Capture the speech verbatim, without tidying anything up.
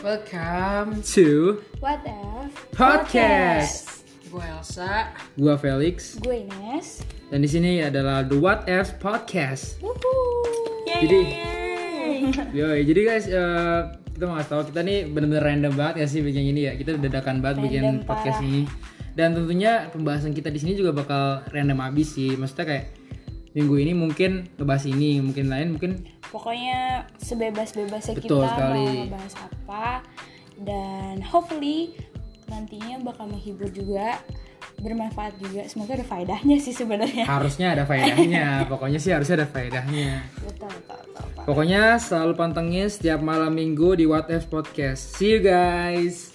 Welcome to What If Podcast. Gue Elsa. Gua Felix. Gue Ines. Dan di sini adalah The What If Podcast. Woohoo. Jadi, yoi, jadi guys, uh, kita mau kasih tahu kita nih bener-bener random banget ya sih bikin ini ya. Kita dadakan banget bikin Random podcast parah. ini. Dan tentunya pembahasan kita di sini juga bakal random abis sih. Maksudnya kayak minggu ini mungkin ngebahas ini, mungkin lain mungkin Pokoknya sebebas-bebasnya Betul kita sekali. mau ngebahas apa. Dan hopefully nantinya bakal menghibur juga, bermanfaat juga. Semoga ada faedahnya sih sebenarnya. harusnya ada faedahnya. Pokoknya sih harusnya ada faedahnya. Betul, betul, betul, betul. Pokoknya selalu pantengin setiap malam minggu di What If Podcast. See you guys.